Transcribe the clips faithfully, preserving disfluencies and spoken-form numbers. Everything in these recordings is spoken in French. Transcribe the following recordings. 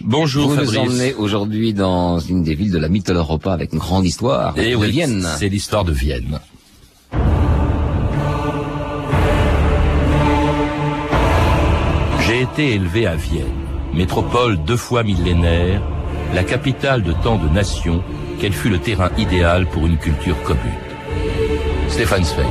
Bonjour Vous Fabrice. nous emmenez aujourd'hui dans une des villes de la Mitteleuropa avec une grande histoire. Et oui, Vienne. C'est l'histoire de Vienne. J'ai été élevé à Vienne, métropole deux fois millénaire, la capitale de tant de nations, qu'elle fut le terrain idéal pour une culture commune. Stéphane Zweig.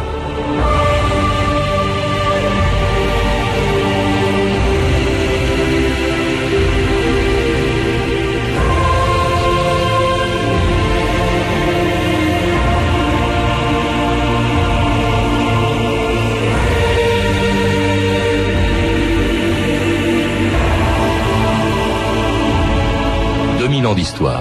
deux mille ans d'histoire.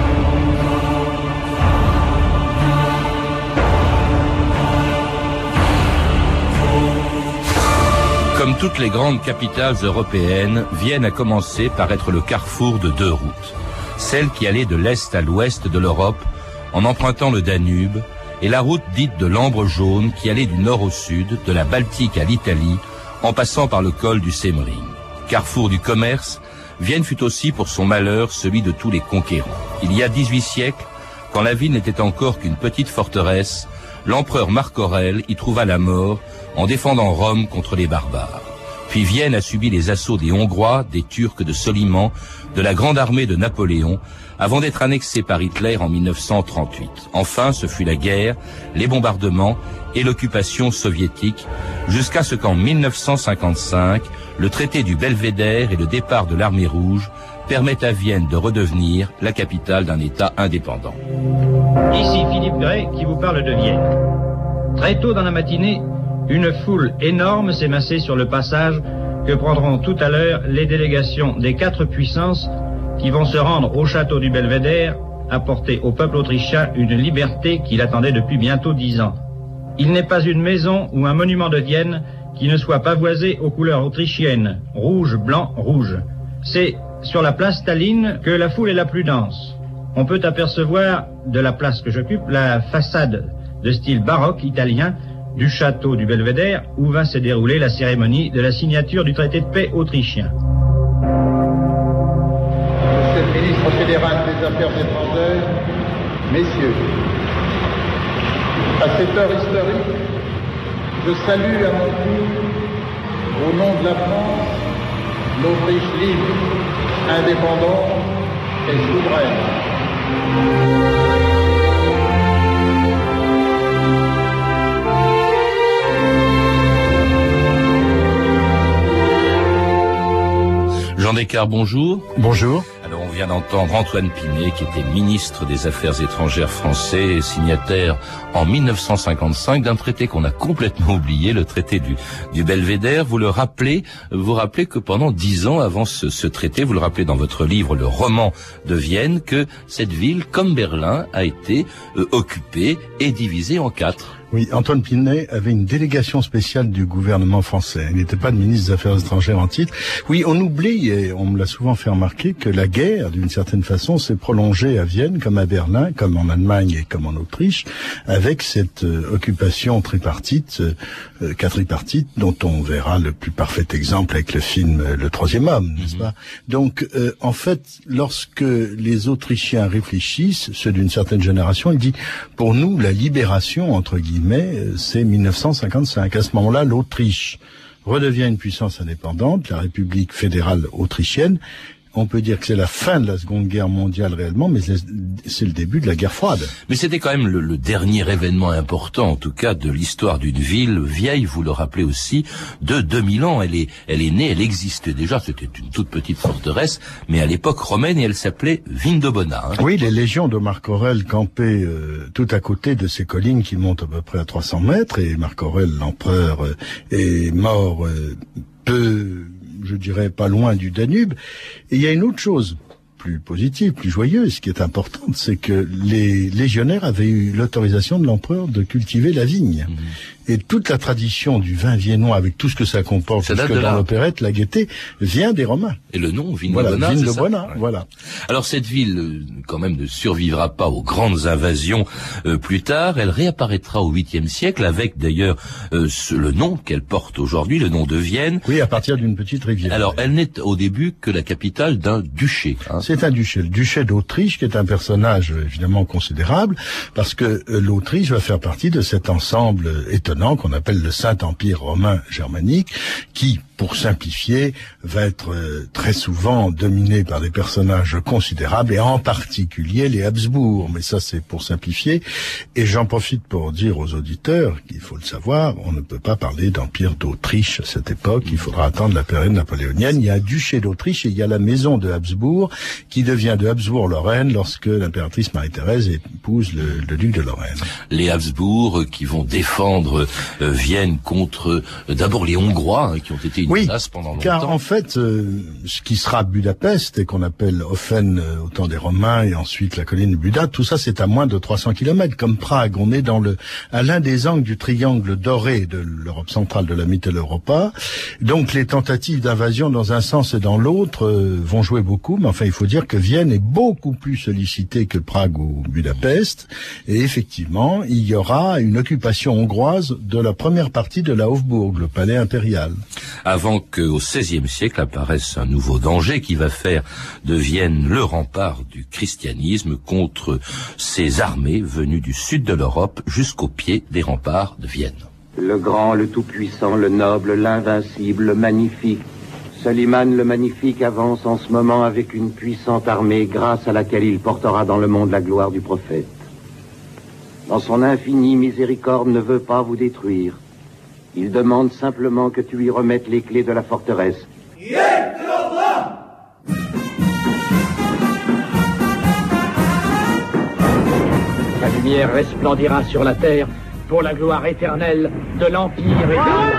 Comme toutes les grandes capitales européennes, Vienne a commencé par être le carrefour de deux routes. Celle qui allait de l'est à l'ouest de l'Europe, en empruntant le Danube, et la route dite de l'Ambre jaune qui allait du nord au sud, de la Baltique à l'Italie, en passant par le col du Semmering. Carrefour du commerce, Vienne fut aussi pour son malheur celui de tous les conquérants. Il y a dix-huit siècles, quand la ville n'était encore qu'une petite forteresse, l'empereur Marc Aurèle y trouva la mort en défendant Rome contre les barbares. Puis Vienne a subi les assauts des Hongrois, des Turcs de Soliman, de la grande armée de Napoléon, avant d'être annexée par Hitler en mille neuf cent trente-huit. Enfin, ce fut la guerre, les bombardements et l'occupation soviétique, jusqu'à ce qu'en mille neuf cent cinquante-cinq, le traité du Belvédère et le départ de l'armée rouge permettent à Vienne de redevenir la capitale d'un État indépendant. Ici Philippe Gray qui vous parle de Vienne. Très tôt dans la matinée, une foule énorme s'est massée sur le passage que prendront tout à l'heure les délégations des quatre puissances qui vont se rendre au château du Belvédère, apporter au peuple autrichien une liberté qu'il attendait depuis bientôt dix ans. Il n'est pas une maison ou un monument de Vienne qui ne soit pavoisé aux couleurs autrichiennes, rouge, blanc, rouge. C'est sur la place Staline que la foule est la plus dense. On peut apercevoir de la place que j'occupe la façade de style baroque italien du château du Belvédère où va se dérouler la cérémonie de la signature du traité de paix autrichien. Monsieur le ministre fédéral des Affaires étrangères, messieurs, à cette heure historique, je salue à mon tour, au nom de la France, l'Autriche libre, indépendante et souveraine. Jean Descartes, bonjour. Bonjour. Alors on vient d'entendre Antoine Pinet, qui était ministre des Affaires étrangères français et signataire en mille neuf cent cinquante-cinq d'un traité qu'on a complètement oublié, le traité du, du Belvédère. Vous le rappelez, vous rappelez que pendant dix ans avant ce, ce traité, vous le rappelez dans votre livre, le roman de Vienne, que cette ville, comme Berlin, a été euh, occupée et divisée en quatre. Oui, Antoine Pinet avait une délégation spéciale du gouvernement français. Il n'était pas le ministre des Affaires étrangères en titre. Oui, on oublie, et on me l'a souvent fait remarquer, que la guerre, d'une certaine façon, s'est prolongée à Vienne, comme à Berlin, comme en Allemagne et comme en Autriche, avec cette euh, occupation tripartite, euh, quadripartite, dont on verra le plus parfait exemple avec le film euh, Le Troisième Homme, n'est-ce mm-hmm. pas? Donc, euh, en fait, lorsque les Autrichiens réfléchissent, ceux d'une certaine génération, ils disent, pour nous, la libération, entre guillemets, mais c'est mille neuf cent cinquante-cinq. À ce moment-là, l'Autriche redevient une puissance indépendante, la République fédérale autrichienne. On peut dire que c'est la fin de la Seconde Guerre mondiale réellement, mais c'est le début de la guerre froide. Mais c'était quand même le, le dernier événement important, en tout cas, de l'histoire d'une ville vieille, vous le rappelez aussi, de deux mille ans. Elle est, elle est née, elle existait déjà, c'était une toute petite forteresse, mais à l'époque romaine, et elle s'appelait Vindobona. Hein. Oui, les légions de Marc Aurèle campaient euh, tout à côté de ces collines qui montent à peu près à trois cents mètres, et Marc Aurèle, l'empereur, euh, est mort euh, peu... je dirais pas loin du Danube. Et il y a une autre chose plus positive, plus joyeuse, ce qui est importante, c'est que les légionnaires avaient eu l'autorisation de l'empereur de cultiver la vigne. Mmh. Et toute la tradition du vin viennois, avec tout ce que ça comporte, ça jusque dans l'opérette, la gaieté, vient des Romains. Et le nom, Vindobona, voilà, c'est Vindobona, ça. voilà. Alors cette ville, euh, quand même, ne survivra pas aux grandes invasions euh, plus tard. Elle réapparaîtra au huitième siècle avec d'ailleurs euh, ce, le nom qu'elle porte aujourd'hui, le nom de Vienne. Oui, à partir d'une petite rivière. Alors elle n'est au début que la capitale d'un duché. Hein. C'est un duché, le duché d'Autriche, qui est un personnage évidemment considérable, parce que euh, l'Autriche va faire partie de cet ensemble étonnant qu'on appelle le Saint-Empire romain germanique, qui, pour simplifier, va être euh, très souvent dominé par des personnages considérables, et en particulier les Habsbourg. Mais ça, c'est pour simplifier. Et j'en profite pour dire aux auditeurs qu'il faut le savoir, on ne peut pas parler d'Empire d'Autriche à cette époque, il faudra attendre la période napoléonienne. Il y a un duché d'Autriche et il y a la maison de Habsbourg, qui devient de Habsbourg-Lorraine lorsque l'impératrice Marie-Thérèse épouse le, le duc de Lorraine. Les Habsbourg qui vont défendre euh, Vienne contre euh, d'abord les Hongrois, hein, qui ont été une oui, menace pendant longtemps. Car en fait, euh, ce qui sera Budapest et qu'on appelle Offen euh, au temps des Romains et ensuite la colline de Buda, tout ça c'est à moins de trois cents kilomètres. Comme Prague, on est dans le à l'un des angles du triangle doré de l'Europe centrale, de la Mitteleuropa. Donc les tentatives d'invasion dans un sens et dans l'autre euh, vont jouer beaucoup, mais enfin il faut dire que Vienne est beaucoup plus sollicitée que Prague ou Budapest, et effectivement il y aura une occupation hongroise de la première partie de la Hofburg, le palais impérial. Avant qu'au seizième siècle apparaisse un nouveau danger qui va faire de Vienne le rempart du christianisme contre ces armées venues du sud de l'Europe jusqu'au pied des remparts de Vienne. Le grand, le tout-puissant, le noble, l'invincible, le magnifique. Soliman le magnifique avance en ce moment avec une puissante armée grâce à laquelle il portera dans le monde la gloire du prophète. Dans son infinie miséricorde ne veut pas vous détruire. Il demande simplement que tu lui remettes les clés de la forteresse. La lumière resplendira sur la terre pour la gloire éternelle de l'Empire éternel.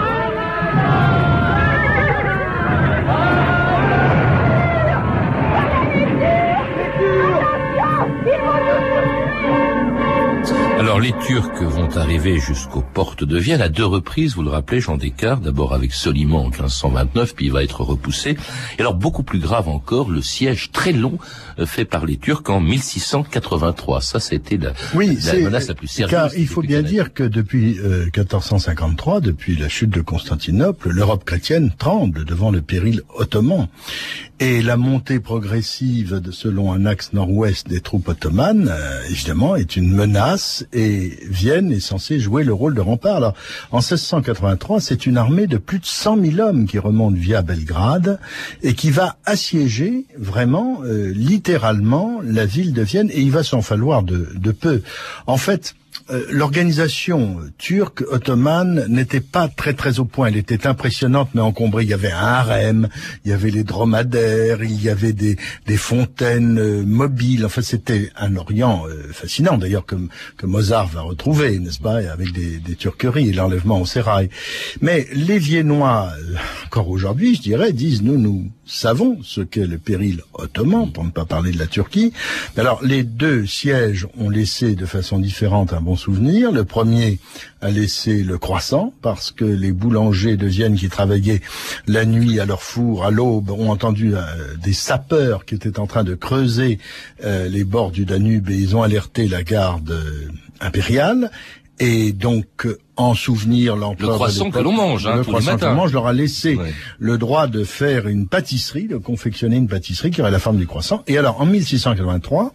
Alors les Turcs vont arriver jusqu'aux portes de Vienne à deux reprises, vous le rappelez, Jean Descartes, d'abord avec Soliman en quinze cent vingt-neuf, puis il va être repoussé. Et alors beaucoup plus grave encore, le siège très long fait par les Turcs en mille six cent quatre-vingt-trois. Ça, c'était la, oui, la menace la plus sérieuse. Car il faut bien dire que depuis euh, quatorze cent cinquante-trois, depuis la chute de Constantinople, l'Europe chrétienne tremble devant le péril ottoman. Et la montée progressive, de, selon un axe nord-ouest des troupes ottomanes, euh, évidemment, est une menace, et Vienne est censée jouer le rôle de rempart. Alors, en seize cent quatre-vingt-trois, c'est une armée de plus de cent mille hommes qui remonte via Belgrade et qui va assiéger vraiment, euh, littéralement, la ville de Vienne, et il va s'en falloir de, de peu. En fait, Euh, l'organisation turque ottomane n'était pas très très au point. Elle était impressionnante mais encombrée. Il y avait un harem, il y avait les dromadaires, il y avait des, des fontaines euh, mobiles. Enfin, c'était un Orient euh, fascinant d'ailleurs que, que Mozart va retrouver, n'est-ce pas, avec des, des turqueries et l'enlèvement au sérail. Mais les Viennois, euh, encore aujourd'hui, je dirais, disent nous nous savons ce qu'est le péril ottoman, pour ne pas parler de la Turquie. Alors, les deux sièges ont laissé de façon différente un bon souvenir. Le premier a laissé le croissant, parce que les boulangers de Vienne qui travaillaient la nuit à leur four, à l'aube, ont entendu euh, des sapeurs qui étaient en train de creuser euh, les bords du Danube, et ils ont alerté la garde euh, impériale. Et donc, en souvenir, l'empereur... Le croissant que l'on mange, hein, le tous croissant les matins. que l'on mange leur a laissé ouais. le droit de faire une pâtisserie, de confectionner une pâtisserie qui aurait la forme du croissant. Et alors, en mille six cent quatre-vingt-trois,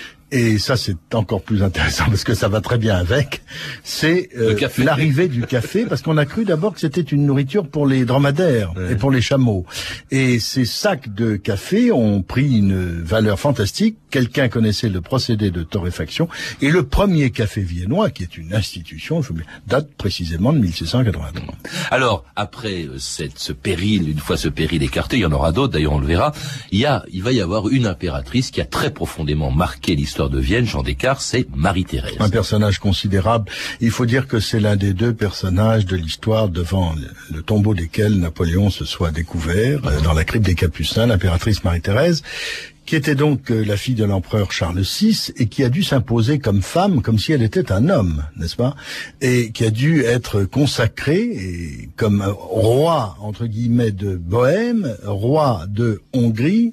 et ça c'est encore plus intéressant parce que ça va très bien avec, c'est euh, l'arrivée du café, parce qu'on a cru d'abord que c'était une nourriture pour les dromadaires ouais. et pour les chameaux. Et ces sacs de café ont pris une valeur fantastique. Quelqu'un connaissait le procédé de torréfaction, et le premier café viennois, qui est une institution, date précisément de mille six cent quatre-vingt-trois. Alors, après cette, ce péril, une fois ce péril écarté, il y en aura d'autres, d'ailleurs on le verra, il, y a, il va y avoir une impératrice qui a très profondément marqué l'histoire de Vienne, Jean Descartes, c'est Marie-Thérèse. Un personnage considérable. Il faut dire que c'est l'un des deux personnages de l'histoire devant le, le tombeau desquels Napoléon se soit découvert, euh, dans la crypte des Capucins, l'impératrice Marie-Thérèse, qui était donc euh, la fille de l'empereur Charles six, et qui a dû s'imposer comme femme, comme si elle était un homme, n'est-ce pas, et qui a dû être consacrée et comme roi, entre guillemets, de Bohême, roi de Hongrie,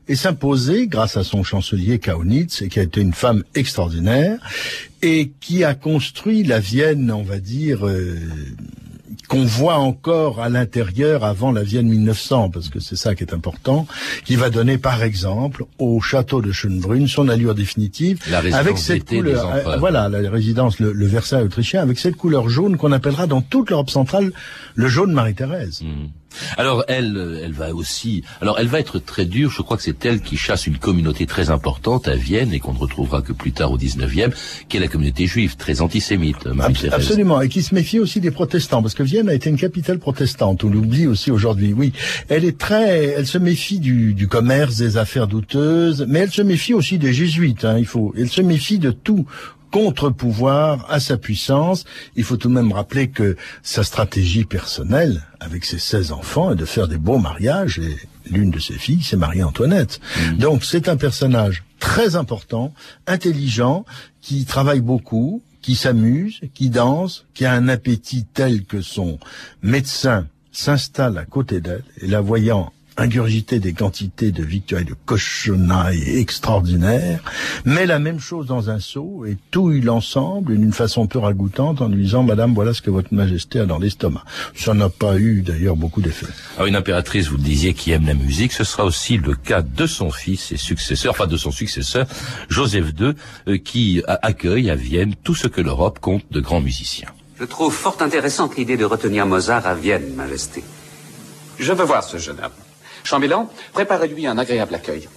et s'imposer grâce à son chancelier Kaunitz, et qui a été une femme extraordinaire, et qui a construit la Vienne, on va dire, euh, qu'on voit encore à l'intérieur avant la Vienne mille neuf cents, parce que c'est ça qui est important, qui va donner par exemple au château de Schönbrunn son allure définitive, la résidence avec cette d'été couleur, des empereurs. voilà, la résidence, le, le Versailles autrichien, avec cette couleur jaune qu'on appellera dans toute l'Europe centrale le jaune Marie-Thérèse. Mmh. Alors elle, elle va aussi, alors elle va être très dure. Je crois que c'est elle qui chasse une communauté très importante à Vienne et qu'on ne retrouvera que plus tard au dix-neuvième, qui est la communauté juive, très antisémite. Marie-Thérèse. Absolument, et qui se méfie aussi des protestants, parce que Vienne a été une capitale protestante. On l'oublie aussi aujourd'hui. Oui, elle est très, elle se méfie du, du commerce, des affaires douteuses, mais elle se méfie aussi des jésuites. Hein, il faut, elle se méfie de tout contre-pouvoir à sa puissance. Il faut tout de même rappeler que sa stratégie personnelle, avec ses seize enfants, est de faire des beaux mariages, et l'une de ses filles, c'est Marie-Antoinette. Mmh. Donc c'est un personnage très important, intelligent, qui travaille beaucoup, qui s'amuse, qui danse, qui a un appétit tel que son médecin s'installe à côté d'elle, et la voyant ingurgiter des quantités de victuailles de cochonailles extraordinaires, met la même chose dans un seau et touille l'ensemble d'une façon peu ragoûtante en lui disant « Madame, voilà ce que votre majesté a dans l'estomac ». Ça n'a pas eu d'ailleurs beaucoup d'effet. Alors une impératrice, vous le disiez, qui aime la musique, ce sera aussi le cas de son fils et successeur, enfin de son successeur, Joseph deux, euh, qui accueille à Vienne tout ce que l'Europe compte de grands musiciens. Je trouve fort intéressante l'idée de retenir Mozart à Vienne, Majesté. Je veux voir ce jeune homme. Chambellan, préparez-lui un agréable accueil.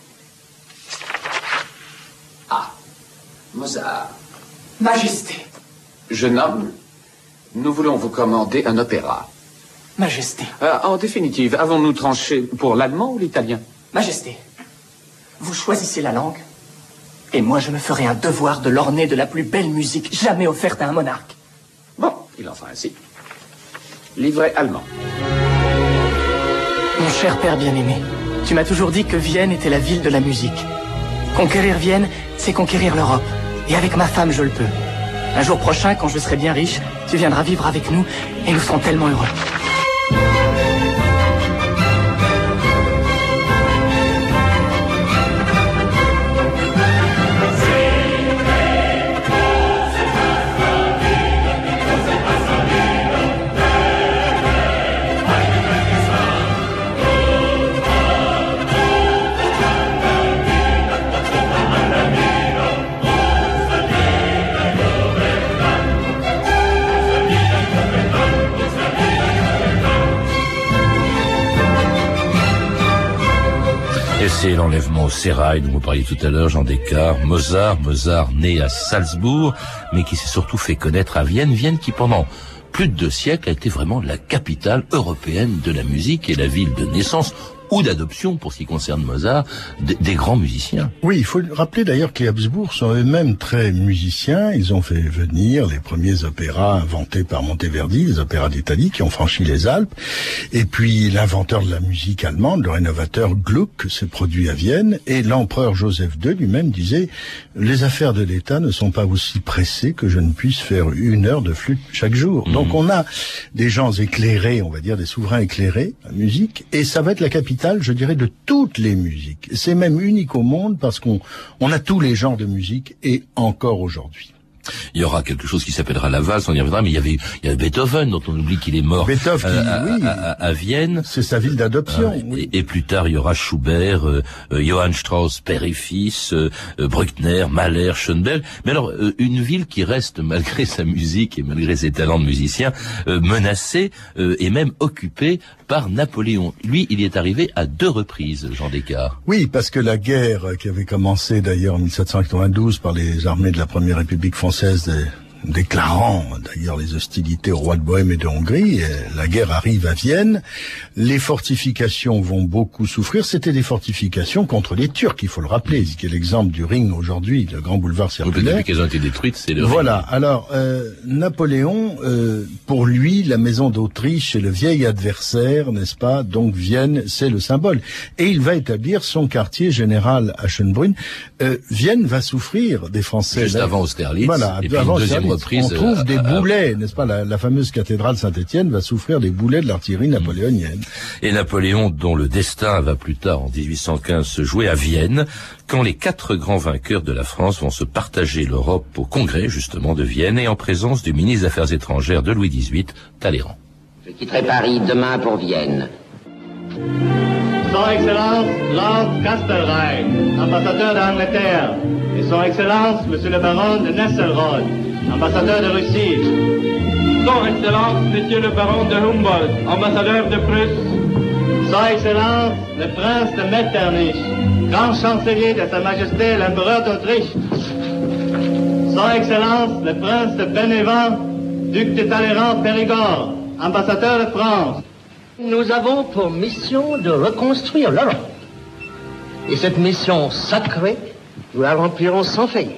Ah, Mozart. Majesté. Jeune homme, nous voulons vous commander un opéra. Majesté. Euh, en définitive, avons-nous tranché pour l'allemand ou l'italien? Majesté, vous choisissez la langue, et moi je me ferai un devoir de l'orner de la plus belle musique jamais offerte à un monarque. Bon, il en sera ainsi. Livret allemand. Mon cher père bien-aimé, tu m'as toujours dit que Vienne était la ville de la musique. Conquérir Vienne, c'est conquérir l'Europe. Et avec ma femme, je le peux. Un jour prochain, quand je serai bien riche, tu viendras vivre avec nous et nous serons tellement heureux. C'est l'enlèvement au sérail dont vous parliez tout à l'heure, Jean Descartes. Mozart, Mozart né à Salzbourg, mais qui s'est surtout fait connaître à Vienne. Vienne qui, pendant plus de deux siècles, a été vraiment la capitale européenne de la musique et la ville de naissance ou d'adoption, pour ce qui concerne Mozart, des, des grands musiciens. Oui, il faut rappeler d'ailleurs que les Habsbourg sont eux-mêmes très musiciens. Ils ont fait venir les premiers opéras inventés par Monteverdi, les opéras d'Italie qui ont franchi les Alpes. Et puis l'inventeur de la musique allemande, le rénovateur Gluck, s'est produit à Vienne. Et l'empereur Joseph deux lui-même disait « Les affaires de l'État ne sont pas aussi pressées que je ne puisse faire une heure de flûte chaque jour. Mmh. » Donc on a des gens éclairés, on va dire des souverains éclairés, la musique, et ça va être la capitale, je dirais, de toutes les musiques. C'est même unique au monde parce qu'on on a tous les genres de musique et encore aujourd'hui. Il y aura quelque chose qui s'appellera la valse, on y reviendra, mais il y avait, il y a Beethoven, dont on oublie qu'il est mort Beethoven, euh, à, oui. à, à, à Vienne. C'est sa ville d'adoption. Euh, oui. et, et plus tard, il y aura Schubert, euh, euh, Johann Strauss, père et fils, euh, euh, Bruckner, Mahler, Schoenberg. Mais alors, euh, une ville qui reste, malgré sa musique et malgré ses talents de musicien, euh, menacée euh, et même occupée par Napoléon. Lui, il y est arrivé à deux reprises, Jean Descartes. Oui, parce que la guerre qui avait commencé d'ailleurs en mille sept cent quatre-vingt-douze par les armées de la Première République française, des déclarant d'ailleurs les hostilités au roi de Bohême et de Hongrie. La guerre arrive à Vienne. Les fortifications vont beaucoup souffrir. C'était des fortifications contre les Turcs, il faut le rappeler. Ce qui est l'exemple du Ring aujourd'hui, le grand boulevard circulaire. Depuis qu'elles ont été détruites, c'est le Voilà. Ring. Alors, euh, Napoléon, euh, pour lui, la maison d'Autriche est le vieil adversaire, n'est-ce pas? Donc Vienne, c'est le symbole. Et il va établir son quartier général à Schönbrunn. Euh, Vienne va souffrir des Français. Juste là. avant Austerlitz. Voilà, et puis avant une deuxième reprise. On trouve euh, des euh, boulets, n'est-ce pas? La, la fameuse cathédrale Saint-Étienne va souffrir des boulets de l'artillerie napoléonienne. Et Napoléon, dont le destin va plus tard, en dix-huit cent quinze, se jouer à Vienne, quand les quatre grands vainqueurs de la France vont se partager l'Europe au congrès, justement, de Vienne, et en présence du ministre des Affaires étrangères de Louis dix-huit, Talleyrand. Je quitterai Paris demain pour Vienne. Son Excellence Lord Castlereagh, ambassadeur d'Angleterre, et Son Excellence Monsieur le Baron de Nesselrode, ambassadeur de Russie. Son Excellence Monsieur le Baron de Humboldt, ambassadeur de Prusse. Son Excellence le Prince de Metternich, grand chancelier de Sa Majesté l'Empereur d'Autriche. Son Excellence le Prince de Bénévent, duc de Talleyrand-Périgord, ambassadeur de France. Nous avons pour mission de reconstruire l'Europe. Et cette mission sacrée, nous la remplirons sans faillir.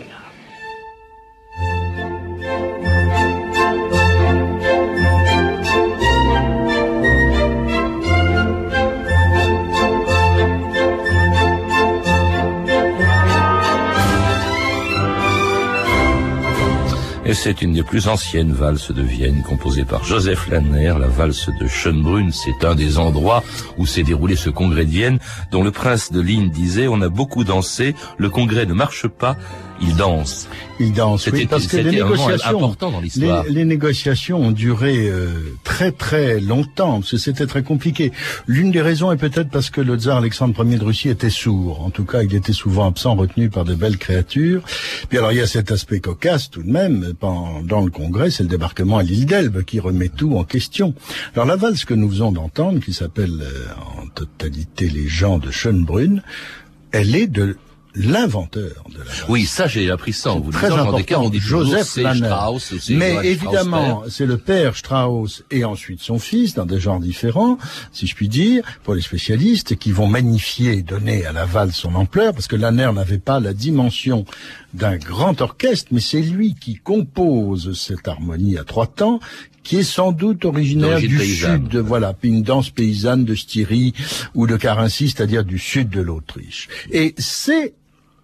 Et c'est une des plus anciennes valses de Vienne, composée par Joseph Lanner, la valse de Schönbrunn. C'est un des endroits où s'est déroulé ce congrès de Vienne, dont le prince de Ligne disait « On a beaucoup dansé, le congrès ne marche pas, il danse ». Il danse, oui, parce que les négociations, important dans l'histoire. Les, les négociations ont duré euh, très très longtemps, parce que c'était très compliqué. L'une des raisons est peut-être parce que le tsar Alexandre Ier de Russie était sourd. En tout cas, il était souvent absent, retenu par de belles créatures. Puis alors, il y a cet aspect cocasse tout de même, pendant le congrès, c'est le débarquement à l'île d'Elbe qui remet tout en question. Alors la valse que nous venons d'entendre, qui s'appelle euh, en totalité Les gens de Schönbrunn, elle est de l'inventeur de la valse. Oui, ça j'ai appris ça. Vous très important. Des cas, on dit Joseph Lanner. Strauss, mais Johann évidemment, c'est le père Strauss et ensuite son fils, dans des genres différents, si je puis dire, pour les spécialistes, qui vont magnifier et donner à la valse son ampleur, parce que Lanner n'avait pas la dimension d'un grand orchestre, mais c'est lui qui compose cette harmonie à trois temps, qui est sans doute originaire du paysanne. sud, de, voilà, une danse paysanne de Styrie ou de Carinthie, c'est-à-dire du sud de l'Autriche. Et c'est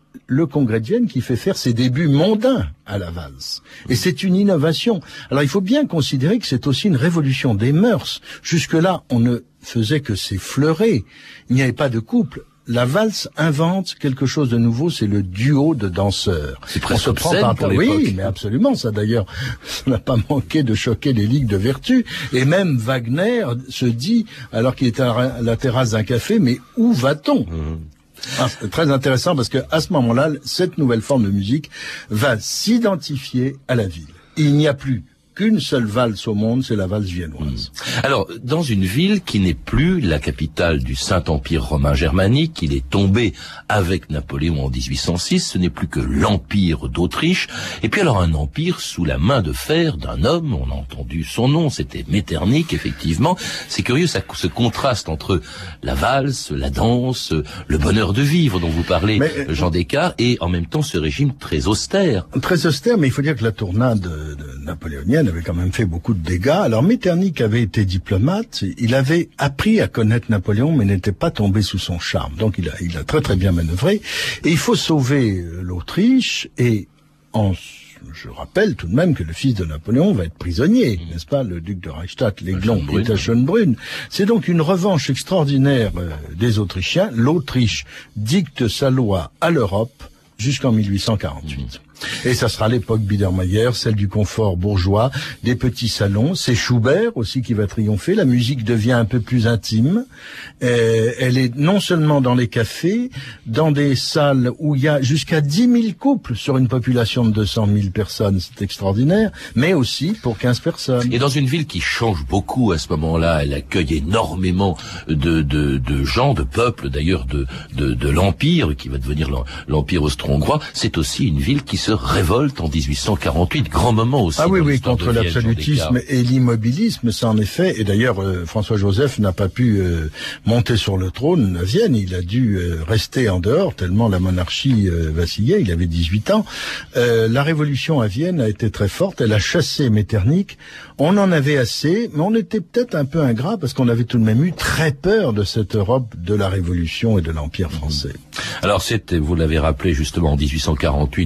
le congrès de Vienne qui fait faire ses débuts mondains à la valse. Et c'est une innovation. Alors il faut bien considérer que c'est aussi une révolution des mœurs. Jusque-là, on ne faisait que s'effleurer. Il n'y avait pas de couple. La valse invente quelque chose de nouveau, c'est le duo de danseurs. C'est presque obscène pour oui, l'époque. mais absolument, ça d'ailleurs, ça n'a pas manqué de choquer les ligues de vertu. Et même Wagner se dit, alors qu'il était à la terrasse d'un café, mais où va-t-on? Mmh. Ah, c'est très intéressant parce que à ce moment-là, cette nouvelle forme de musique va s'identifier à la ville. Il n'y a plus qu'une seule valse au monde, c'est la valse viennoise. Alors, dans une ville qui n'est plus la capitale du Saint-Empire romain germanique, il est tombé avec Napoléon en dix-huit cent six, ce n'est plus que l'Empire d'Autriche, et puis alors un empire sous la main de fer d'un homme, on a entendu son nom, c'était Metternich, effectivement. C'est curieux, ça, ce contraste entre la valse, la danse, le bonheur de vivre dont vous parlez, mais, Jean Descartes, et en même temps ce régime très austère. Très austère, mais il faut dire que la tournade de, de napoléonienne avait quand même fait beaucoup de dégâts. Alors Metternich avait été diplomate, il avait appris à connaître Napoléon, mais n'était pas tombé sous son charme. Donc il a, il a très très bien manœuvré. Et il faut sauver l'Autriche, et en, je rappelle tout de même que le fils de Napoléon va être prisonnier, mmh. n'est-ce pas, le duc de Reichstadt, l'Aiglon, qui est à Schönbrunn. C'est donc une revanche extraordinaire euh, des Autrichiens. L'Autriche dicte sa loi à l'Europe jusqu'en mille huit cent quarante-huit. Mmh. Et ça sera l'époque Biedermeier, celle du confort bourgeois, des petits salons. C'est Schubert aussi qui va triompher. La musique devient un peu plus intime. Euh, elle est non seulement dans les cafés, dans des salles où il y a jusqu'à dix mille couples sur une population de deux cent mille personnes, c'est extraordinaire, mais aussi pour quinze personnes. Et dans une ville qui change beaucoup à ce moment-là, elle accueille énormément de, de, de gens, de peuples d'ailleurs de, de, de l'Empire, qui va devenir l'Empire austro-hongrois. C'est aussi une ville qui se révolte en dix-huit cent quarante-huit, grand moment aussi. Ah oui, oui, contre l'absolutisme et l'immobilisme, ça en effet. Et d'ailleurs, euh, François-Joseph n'a pas pu euh, monter sur le trône à Vienne. Il a dû euh, rester en dehors tellement la monarchie euh, vacillait. Il avait dix-huit ans. Euh, la révolution à Vienne a été très forte. Elle a chassé Metternich. On en avait assez, mais on était peut-être un peu ingrat parce qu'on avait tout de même eu très peur de cette Europe de la Révolution et de l'Empire français. Alors c'était, vous l'avez rappelé justement en dix-huit cent quarante-huit, un,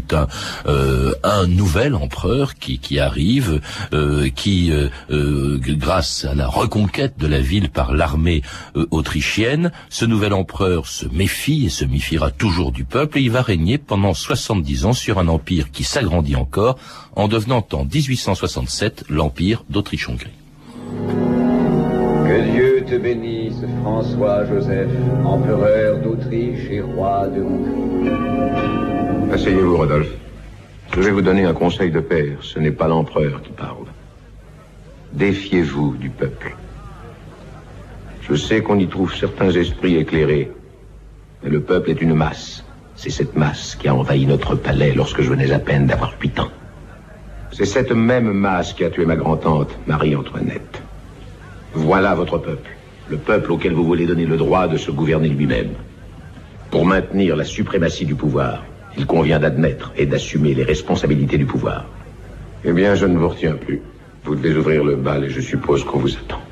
euh, un nouvel empereur qui, qui arrive, euh, qui, euh, euh, grâce à la reconquête de la ville par l'armée euh, autrichienne, ce nouvel empereur se méfie et se méfiera toujours du peuple, et il va régner pendant soixante-dix ans sur un empire qui s'agrandit encore, en devenant en dix-huit cent soixante-sept l'empire d'Autriche-Hongrie. Que Dieu te bénisse, François-Joseph, empereur d'Autriche et roi de Hongrie. Asseyez-vous, Rodolphe. Je vais vous donner un conseil de père. Ce n'est pas l'empereur qui parle. Défiez-vous du peuple. Je sais qu'on y trouve certains esprits éclairés, mais le peuple est une masse. C'est cette masse qui a envahi notre palais lorsque je venais à peine d'avoir huit ans. C'est cette même masse qui a tué ma grand-tante, Marie-Antoinette. Voilà votre peuple, le peuple auquel vous voulez donner le droit de se gouverner lui-même. Pour maintenir la suprématie du pouvoir, il convient d'admettre et d'assumer les responsabilités du pouvoir. Eh bien, je ne vous retiens plus. Vous devez ouvrir le bal et je suppose qu'on vous attend.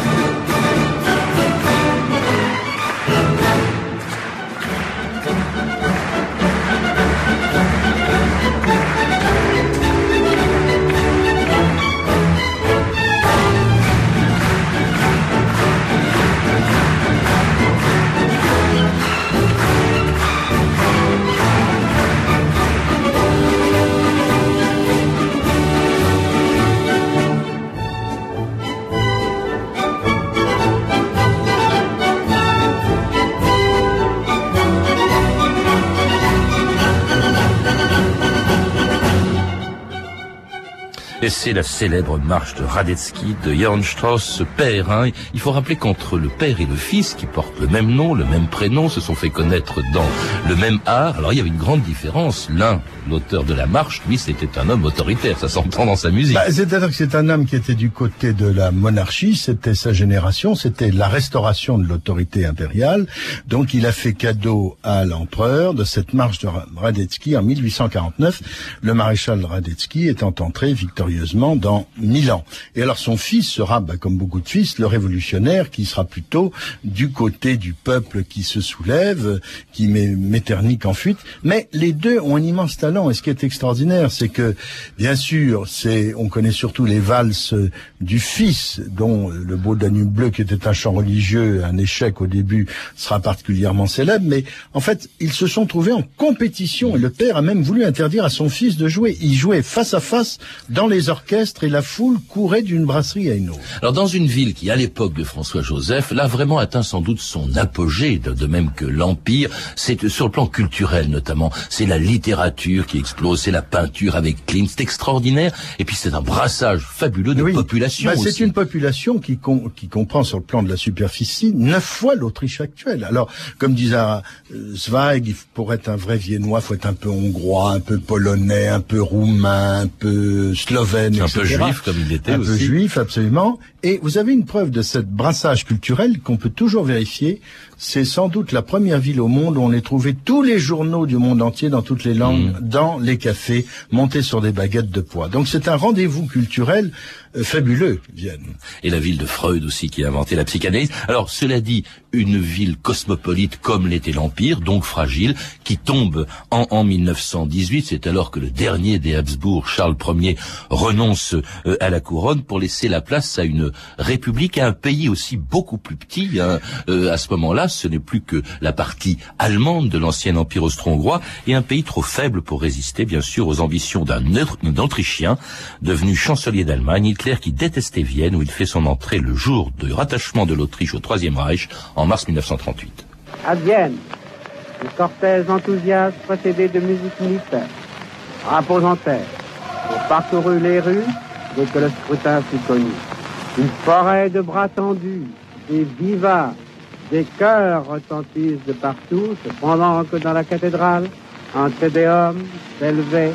Et c'est la célèbre marche de Radetzky de Johann Strauss, ce père. Hein. Il faut rappeler qu'entre le père et le fils, qui portent le même nom, le même prénom, se sont fait connaître dans le même art. Alors il y avait une grande différence. L'un, l'auteur de la marche, lui, c'était un homme autoritaire. Ça s'entend dans sa musique. Bah, c'est-à-dire que c'est un homme qui était du côté de la monarchie. C'était sa génération. C'était la restauration de l'autorité impériale. Donc il a fait cadeau à l'empereur de cette marche de Radetzky en mille huit cent quarante-neuf. Le maréchal Radetzky étant entré victorieux dans Milan. Et alors son fils sera, bah, comme beaucoup de fils, le révolutionnaire qui sera plutôt du côté du peuple qui se soulève, qui met Metternich en fuite. Mais les deux ont un immense talent. Et ce qui est extraordinaire, c'est que, bien sûr, c'est, on connaît surtout les valses du fils, dont le Beau Danube bleu, qui était un chant religieux, un échec au début, sera particulièrement célèbre. Mais en fait, ils se sont trouvés en compétition. Et le père a même voulu interdire à son fils de jouer. Il jouait face à face dans les orchestres et la foule courait d'une brasserie à une autre. Alors dans une ville qui, à l'époque de François-Joseph, l'a vraiment atteint sans doute son apogée, de, de même que l'Empire, c'est sur le plan culturel notamment, c'est la littérature qui explose, c'est la peinture avec Klimt, c'est extraordinaire, et puis c'est un brassage fabuleux de oui. population. Bah, aussi. C'est une population qui, com- qui comprend sur le plan de la superficie neuf fois l'Autriche actuelle. Alors, comme disait euh, Zweig, il, pour être un vrai Viennois, il faut être un peu hongrois, un peu polonais, un peu roumain, un peu slovène, un et cetera. Peu juif comme il était un aussi. Un peu juif, absolument. Et vous avez une preuve de ce brassage culturel qu'on peut toujours vérifier. C'est sans doute la première ville au monde où on a trouvé tous les journaux du monde entier, dans toutes les langues, mmh. dans les cafés, montés sur des baguettes de pois. Donc c'est un rendez-vous culturel euh, fabuleux, Vienne. Et la ville de Freud aussi, qui a inventé la psychanalyse. Alors, cela dit, une ville cosmopolite comme l'était l'Empire, donc fragile, qui tombe en, en mille neuf cent dix-huit. C'est alors que le dernier des Habsbourg, Charles Ier, renonce euh, à la couronne pour laisser la place à une république, à un pays aussi beaucoup plus petit. Hein. Euh, à ce moment-là, ce n'est plus que la partie allemande de l'ancien empire austro-hongrois et un pays trop faible pour résister, bien sûr, aux ambitions d'un Autrichien devenu chancelier d'Allemagne, Hitler, qui détestait Vienne, où il fait son entrée le jour du rattachement de l'Autriche au Troisième Reich, en mars mille neuf cent trente-huit. À Vienne, le cortège enthousiaste précédé de musique militaire, drapeaux en terre, ont parcouru les rues dès que le scrutin fut connu. Une forêt de bras tendus, des vivats, des chœurs retentissent de partout, cependant que dans la cathédrale, un Te Deum s'élevait.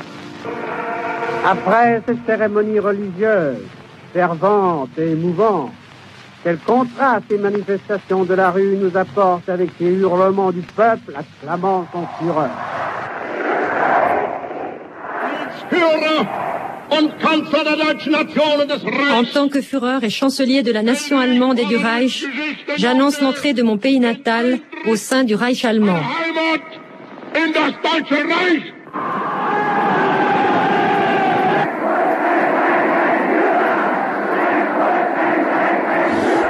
Après cette cérémonie religieuse, fervente et émouvante, quel contraste et manifestation de la rue nous apporte avec ces hurlements du peuple acclamant son fureur. En tant que Führer et chancelier de la nation allemande et du Reich, j'annonce l'entrée de mon pays natal au sein du Reich allemand.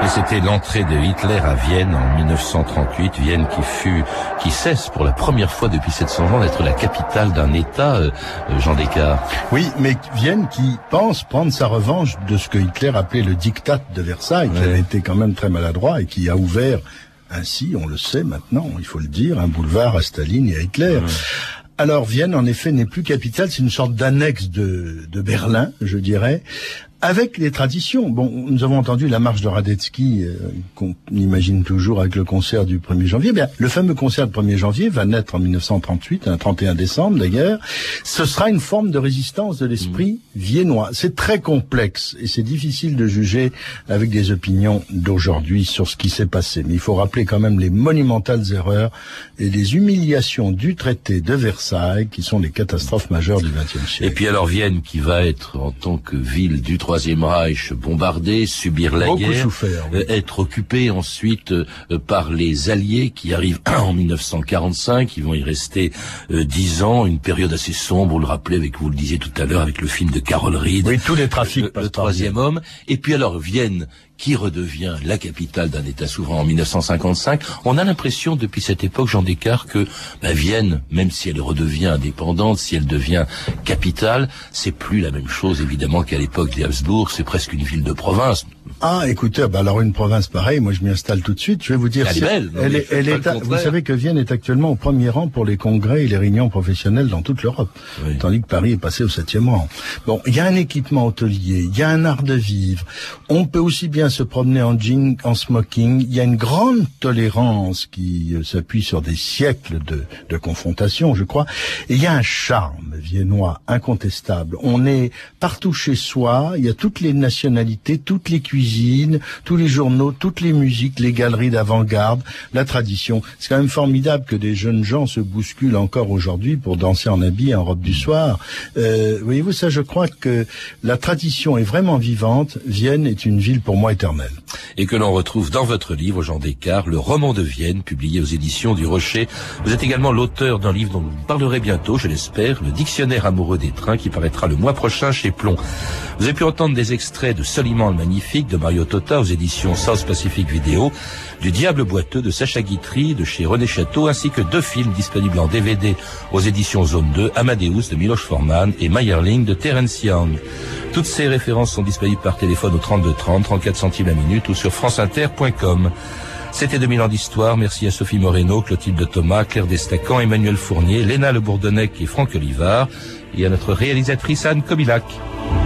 Et c'était l'entrée de Hitler à Vienne en mille neuf cent trente-huit, Vienne qui fut, qui cesse pour la première fois depuis sept cents ans d'être la capitale d'un État, euh, Jean Descartes. Oui, mais Vienne qui pense prendre sa revanche de ce que Hitler appelait le diktat de Versailles, ouais. qui avait été quand même très maladroit et qui a ouvert ainsi, on le sait maintenant, il faut le dire, un boulevard à Staline et à Hitler. Ouais. Alors Vienne, en effet, n'est plus capitale, c'est une sorte d'annexe de, de Berlin, je dirais, avec les traditions. Bon, nous avons entendu la marche de Radetzky, euh, qu'on imagine toujours avec le concert du premier janvier. Bien, le fameux concert du premier janvier va naître en mille neuf cent trente-huit, un trente et un décembre d'ailleurs. Ce sera une forme de résistance de l'esprit mmh. viennois. C'est très complexe et c'est difficile de juger avec des opinions d'aujourd'hui sur ce qui s'est passé. Mais il faut rappeler quand même les monumentales erreurs et les humiliations du traité de Versailles qui sont les catastrophes majeures du vingtième siècle. Et puis alors Vienne qui va être en tant que ville du Troisième Reich bombardée, subir la Beaucoup guerre, souffert, oui. euh, être occupée ensuite euh, par les Alliés qui arrivent en mille neuf cent quarante-cinq, ils vont y rester euh, dix ans, une période assez sombre, vous le rappelez, avec vous le disiez tout à l'heure, avec le film de Carol Reed, oui, tous les trafics, le, le troisième homme, et puis alors Vienne qui redevient la capitale d'un État souverain en mille neuf cent cinquante-cinq. On a l'impression depuis cette époque, Jean Descartes, que bah, Vienne, même si elle redevient indépendante, si elle devient capitale, c'est plus la même chose évidemment qu'à l'époque des Habsbourg, c'est presque une ville de province. Ah, écoutez, bah alors une province pareille, moi je m'y installe tout de suite. Je vais vous dire, elle est belle. Non, elle est, elle est à, vous savez que Vienne est actuellement au premier rang pour les congrès et les réunions professionnelles dans toute l'Europe, oui. tandis que Paris est passé au septième rang. Bon, il y a un équipement hôtelier, il y a un art de vivre. On peut aussi bien se promener en jean, en smoking. Il y a une grande tolérance qui euh, s'appuie sur des siècles de, de confrontation, je crois. Et il y a un charme viennois incontestable. On est partout chez soi. Il y a toutes les nationalités, toutes les cuisines, tous les journaux, toutes les musiques, les galeries d'avant-garde, la tradition. C'est quand même formidable que des jeunes gens se bousculent encore aujourd'hui pour danser en habit et en robe du soir. Euh, voyez-vous, ça, je crois que la tradition est vraiment vivante. Vienne est une ville pour moi éternelle. Et que l'on retrouve dans votre livre, Jean Descartes, le roman de Vienne, publié aux éditions du Rocher. Vous êtes également l'auteur d'un livre dont vous parlerez bientôt, je l'espère, le Dictionnaire amoureux des trains, qui paraîtra le mois prochain chez Plomb. Vous avez pu entendre des extraits de Soliman le Magnifique de Mario Tota aux éditions South Pacific Video, du Diable boiteux de Sacha Guitry de chez René Château, ainsi que deux films disponibles en D V D aux éditions Zone deux, Amadeus de Miloš Forman et Meyerling de Terence Young. Toutes ces références sont disponibles par téléphone au trente-deux trente, trente-quatre centimes la minute ou sur franceinter point com. C'était deux mille ans d'histoire. Merci à Sophie Moreno, Clotilde Thomas, Claire Destacan, Emmanuel Fournier, Léna Le Bourdonnec et Franck Olivard, et à notre réalisatrice Anne Kobilac.